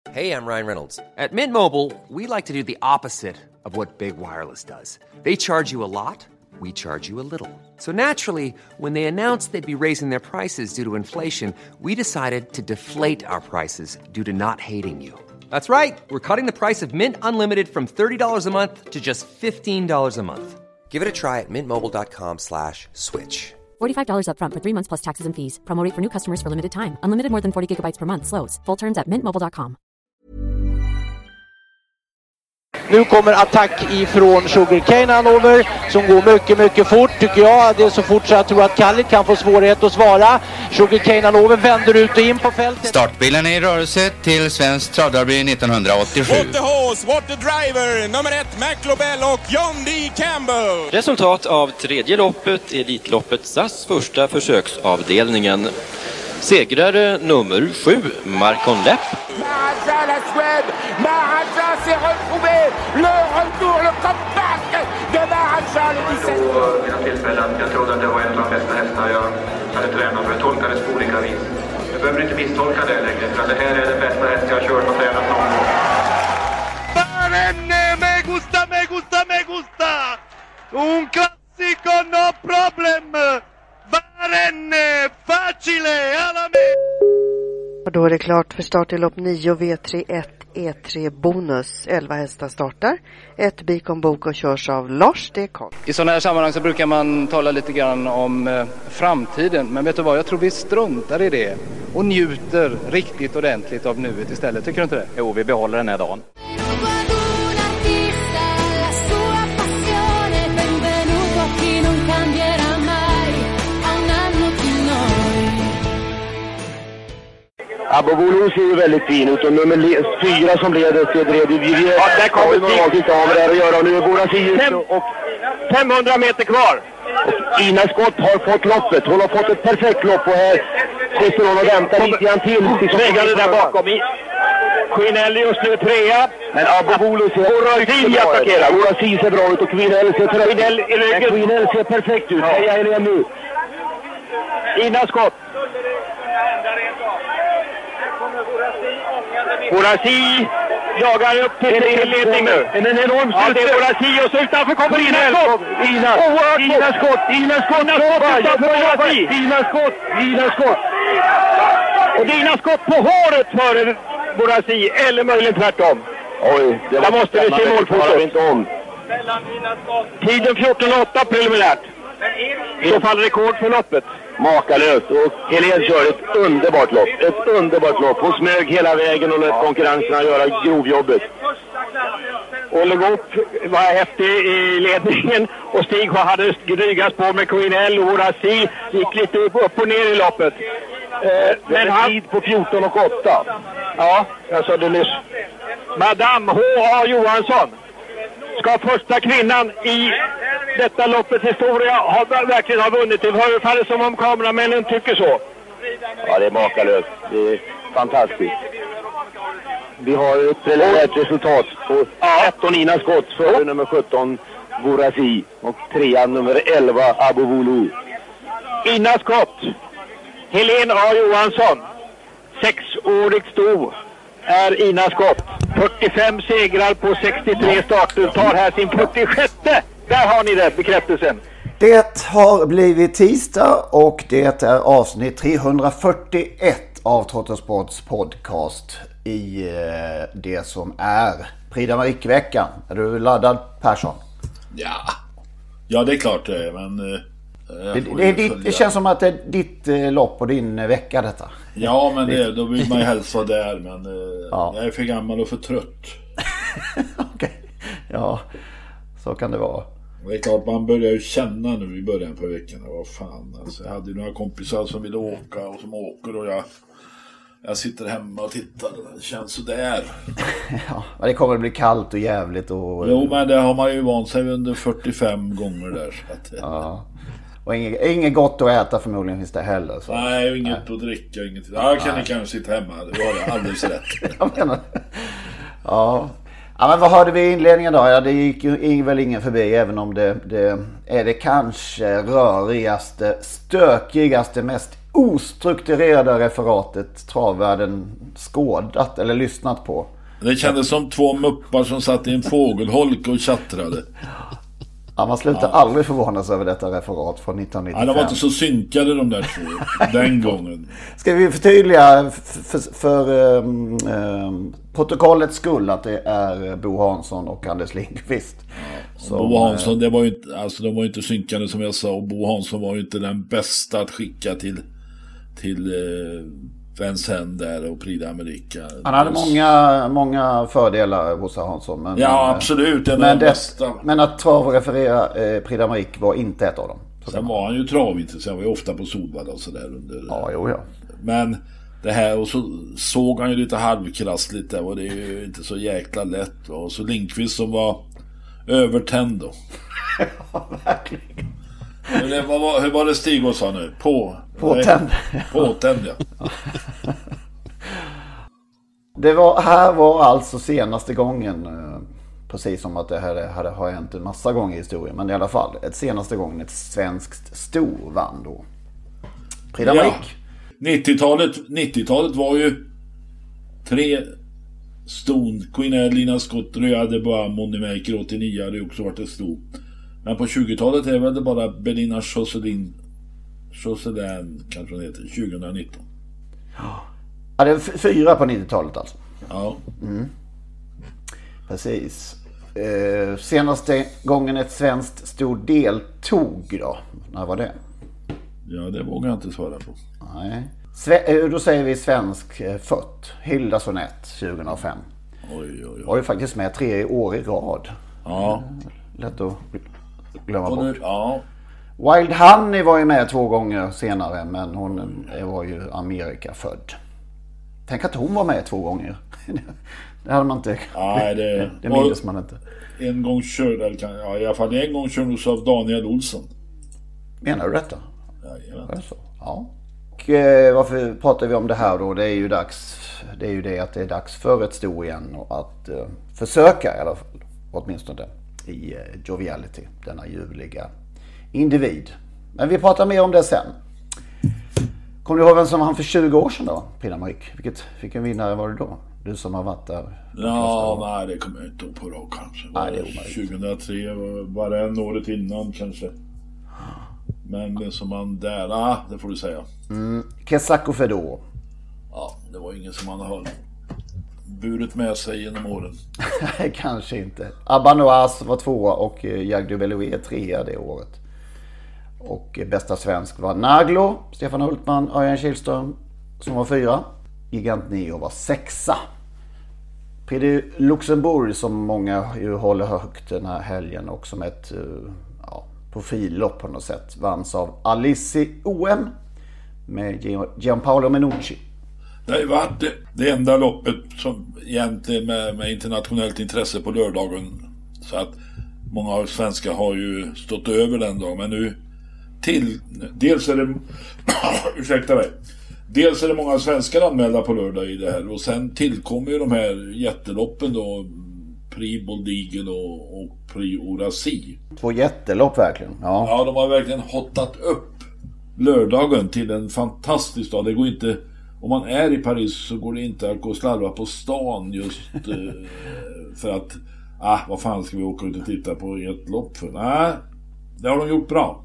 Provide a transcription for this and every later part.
Hey, I'm Ryan Reynolds. At Mint Mobile, we like to do the opposite of what Big Wireless does. They charge you a lot, we charge you a little. So naturally, when they announced they'd be raising their prices due to inflation, we decided to deflate our prices due to not hating you. That's right. We're cutting the price of Mint Unlimited from $30 a month to just $15 a month. Give it a try at mintmobile.com/switch. $45 up front for 3 months plus taxes and fees. Promo rate for new customers for limited time. Unlimited more than 40 gigabytes per month. Slows full terms at mintmobile.com. Nu kommer attack ifrån Sugarcane Hanover som går mycket fort tycker jag. Det är så fort så jag tror att Kallit kan få svårighet att svara. Sugarcane Hanover vänder ut och in på fältet. Startbilen är i rörelse till Svensk Travderby 1987. What the horse, what the driver, nummer 1 McLobell och John D. Campbell. Resultat av tredje loppet, Elitloppet SAS första försöksavdelningen. Segrare nummer 7, Marcon Lepp. Maharaja, la Suède. Maharaja s'est retrouvé. Le retour, le comeback de Maharaja, le 17. Mina tillfällen, jag trodde att det var en av de bästa hästar jag hade tränat för. Jag tolkade det på olika vis. Jag behöver inte misstolka det längre, för det här är den bästa häst jag har kört och tränat någon gång. Barenne, me gusta! Un classico, no problem! Barenne, facile, alla me! Och då är det klart för start i lopp 9 V31 E3 bonus. 11 hästar startar. Ett Bikon Bok och körs av Lars Dekon. I sådana här sammanhang så brukar man tala lite grann om framtiden. Men vet du vad, jag tror vi struntar i det. Och njuter riktigt ordentligt av nuet istället. Tycker du inte det? Jo, vi behåller den här dagen. Abovolo ser ju väldigt fin ut och nummer 4 som leder till Dredi Vivier. Ja, där kommer normalt inte av det här att göra och nu är Bora Sius och 500 meter kvar. Och Ina Skott har fått loppet. Hon har fått ett perfekt lopp och här sitter hon och väntar lite grann till. Svängade där bakom. Quinelli just nu 3. Men Abovolo ser Bora Sius ser bra ut och Quinelli ser perfekt ut. Heja Helene nu. Ina Skott. Borasi jagar upp till ledning nu. En enorm ja, det är Borasi och så utanför kommer Ina Skott. Ina Skott. Och Ina Skott på håret före Borasi, eller möjligen tvärtom. Oj, där måste vi se målfotot. Inte om. Tiden 14.08 preliminärt. I så fall rekord för loppet. Makalöst och Helene kör ett underbart lopp. Hon smög hela vägen och lät konkurrenserna göra grovjobbet. Olle Gopp var häftig i ledningen och Stig hade drygast på med Quinell och Horasi gick lite upp och ner i loppet. Men han tid på 14.08. Ja, jag sa det nyss. Madame H.A. Johansson ska första kvinnan i detta loppets historia verkligen ha vunnit. Det förefaller som om kameramännen tycker så. Ja, det är makalöst. Det är fantastiskt. Vi har ett preliminärt resultat på 13 Ina Skott före nummer 17 Borasi och 3 nummer 11 Abovolo. Ina Skott, Helene A. Johansson, 6-årigt sto är Ina Skott. 45 segrar på 63 starter, tar här sin 46:e. Där har ni det, bekräftelsen. Det har blivit tisdag och det är avsnitt 341 av Trottosports podcast i det som är Prix d'Amérique-veckan. Är du laddad, Persson? Ja, det är klart det är, men... Det känns som att det är ditt lopp och din vecka detta. Ja, men då vill man ju helst vara där, men jag är för gammal och för trött. Okej. Ja, så kan det vara. Det är klart, man börjar ju känna nu i början på veckan. Vad fan, alltså, jag hade ju några kompisar som ville åka och som åker och jag sitter hemma och tittar. Det känns så där. Ja, det kommer att bli kallt och jävligt. Jo, men det har man ju vant sig under 45 gånger där. Så att, ja. Och inget gott att äta förmodligen finns det heller. Så. Nej, inget att dricka, inget. Jag kan kanske sitta hemma, det var det alldeles rätt. Jag menar. Ja, men vad hörde vi i inledningen då? Ja, det gick ju väl ingen förbi, även om det är det kanske rörigaste, stökigaste, mest ostrukturerade referatet travvärlden skådat eller lyssnat på. Det kändes som två muppar som satt i en fågelholk och tjattrade. Ja, man slutar aldrig förvånas över detta referat från 1995. Ja, de var inte så synkade de där två den gången. Ska vi förtydliga för protokollets skull att det är Bo Hansson och Anders Lindqvist. Ja, Bo Hansson, det var ju inte, alltså de var ju inte synkade som jag sa, och Bo Hansson var ju inte den bästa att skicka till Vincennes där och Prix d'Amérique. Han hade många fördelar hos Hansson. Men, ja, absolut. Men att travreferera Prix d'Amérique var inte ett av dem. Sen var han ju travintresserad, han var ju ofta på Solvalla och sådär under. Ja. Men det här, och så såg han ju lite halvkrassligt där, och det är ju inte så jäkla lätt. Och så Lindqvist som var övertänd då. Ja, verkligen. Hur var det Stig sa nu? Påtänd, ja. Här var alltså senaste gången, precis som att det här har hänt en massa gånger i historien, men i alla fall senaste gången ett svenskt storvann då. Prix d'Amérique. 90-talet var ju 3 ston. Queen Anne, Lina Scott, Röa de Bois, Moneymaker 89 hade också varit ett stor. Men på 20-talet är väl det bara Berlina Josselin kanske hon heter, 2019. Ja, det är 4 på 90-talet alltså. Ja. Precis. Senaste gången ett svenskt stor deltog då. När var det? Ja, det vågar jag inte svara på. Nej. Då säger vi svensk fött. Hilda Sonett 2005. Oj. Var ju faktiskt med 3 år i rad. Ja. Lätt att glömma bort. Ja. Wild Honey var ju med 2 gånger senare, men hon var ju Amerikafödd. Tänk att hon var med 2 gånger. Det hade man inte. Nej, det minns man inte. En gång körde, i alla fall en gång kördes av Daniel Olsson. Menar du detta? Ja. Är det så? Ja. Och varför pratar vi om det här då? Det är ju att det är dags för ett sto igen och att försöka i alla fall, åtminstone i Joviality, denna ljuvliga individ. Men vi pratar mer om det sen. Kommer du ihåg vem som vann för 20 år sedan då, Prix d'Amérique? Vilken vinnare var det då? Du som har varit där. Nej, det kommer jag inte på rak kanske. Nej, det är 2003 var det året innan kanske. Men det som man där, det får du säga. Kesaku Fedor. Ja, det var ingen som man har burit med sig genom åren. Nej, kanske inte. Abba Noaz var 2 och Jag du Beloué 3 det året. Och bästa svensk var Naglo, Stefan Hultman, Örjan Kihlström som var 4. Gigant Neo var 6. Prix de Luxembourg som många ju håller högt den här helgen och som ett profillopp på något sätt vanns av Alice OM med Gianpaolo Menucci. Det har ju varit det enda loppet som egentligen med internationellt intresse på lördagen, så att många svenskar har ju stått över den dagen, men nu dels är det dels är det många svenskar anmälda på lördag i det här, och sen tillkommer ju de här jätteloppen då, Prix Boldigen och Prix Orasie. 2 jättelopp verkligen. Ja, de har verkligen hottat upp lördagen till en fantastisk dag. Det går inte, om man är i Paris så går det inte att gå och slarva på stan just för att vad fan ska vi åka ut och titta på ett lopp för? Nej, det har de gjort bra.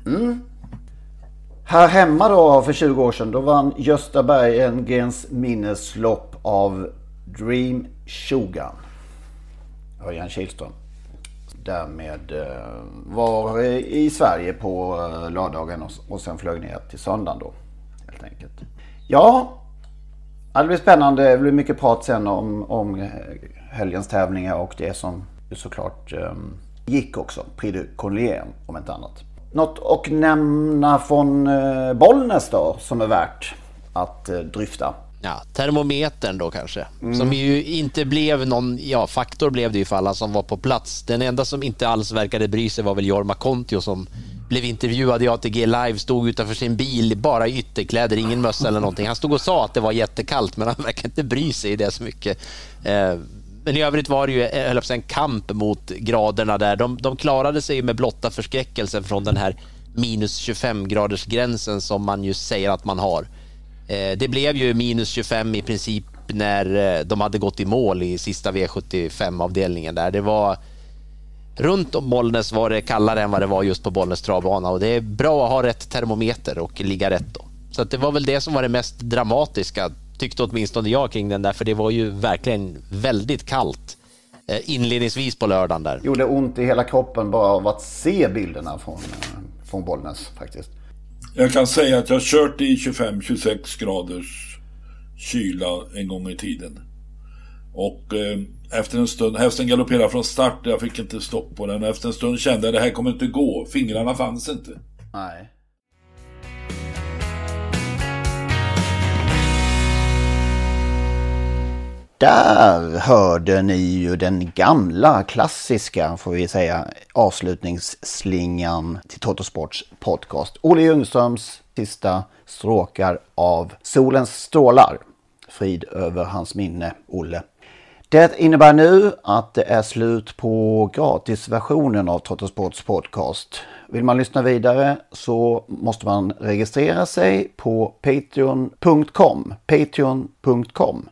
Här hemma då för 20 år sedan, då vann Gösta Bergengrens minneslopp av Dream Shogun. Örjan Kihlström. Därmed var i Sverige på lördagen och sen flög ner till söndagen då, helt enkelt. Ja, det blir spännande. Det blir mycket prat sen om helgens tävlingar och det som såklart gick också. Prix de Collier om inte annat. Något att nämna från Bollnäs då som är värt att dryfta. Ja, termometern då kanske. Som ju inte blev någon, faktor blev det ju för alla som var på plats. Den enda som inte alls verkade bry sig var väl Jorma Kontio som blev intervjuad i ATG Live, stod utanför sin bil bara i ytterkläder, ingen mössa eller någonting. Han stod och sa att det var jättekallt, men han verkar inte bry sig i det så mycket. Men i övrigt var det ju en kamp mot graderna där. De klarade sig med blotta förskräckelsen från den här minus 25 graders gränsen som man ju säger att man har. Det blev ju minus 25 i princip när de hade gått i mål i sista V75-avdelningen där. Det var runt om Bollnäs var det kallare än vad det var just på Bollnäs travbana, och det är bra att ha rätt termometer och ligga rätt då. Så att det var väl det som var det mest dramatiska, tyckte åtminstone jag, kring den där, för det var ju verkligen väldigt kallt inledningsvis på lördagen där. Gjorde ont i hela kroppen bara av att se bilderna från Bollnäs faktiskt. Jag kan säga att jag kört i 25-26 graders kyla en gång i tiden. Och efter en stund, hästen galopperade från start, jag fick inte stopp på den. Efter en stund kände jag att det här kommer inte gå. Fingrarna fanns inte. Nej. Där hörde ni ju den gamla klassiska, får vi säga, avslutningsslingan till Totosports podcast. Olle Ljungströms sista stråkar av Solens strålar. Frid över hans minne, Olle. Det innebär nu att det är slut på gratisversionen av Totosports podcast. Vill man lyssna vidare så måste man registrera sig på patreon.com. Patreon.com.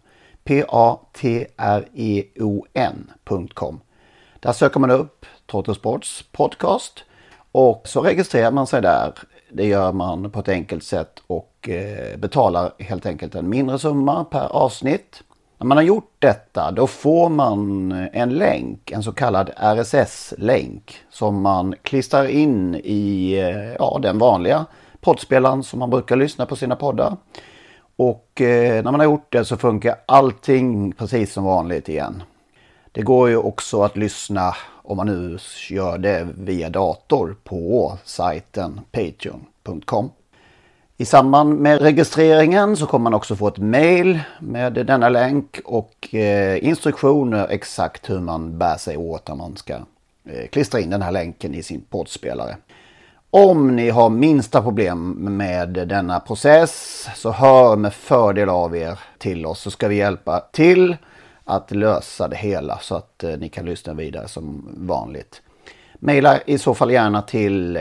patreon.com. Där söker man upp Totosports podcast och så registrerar man sig där. Det gör man på ett enkelt sätt och betalar helt enkelt en mindre summa per avsnitt. När man har gjort detta, då får man en länk, en så kallad RSS-länk som man klistrar in i den vanliga poddspelaren som man brukar lyssna på sina poddar. Och när man har gjort det så funkar allting precis som vanligt igen. Det går ju också att lyssna, om man nu gör det via dator, på sajten patreon.com. I samband med registreringen så kommer man också få ett mail med denna länk och instruktioner exakt hur man bär sig åt när man ska klistra in den här länken i sin poddspelare. Om ni har minsta problem med denna process så hör med fördel av er till oss, så ska vi hjälpa till att lösa det hela så att ni kan lyssna vidare som vanligt. Maila i så fall gärna till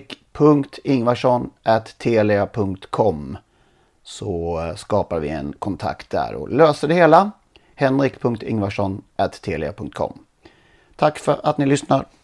henrik.ingvarsson@telia.com så skapar vi en kontakt där och löser det hela. henrik.ingvarsson@telia.com. Tack för att ni lyssnar.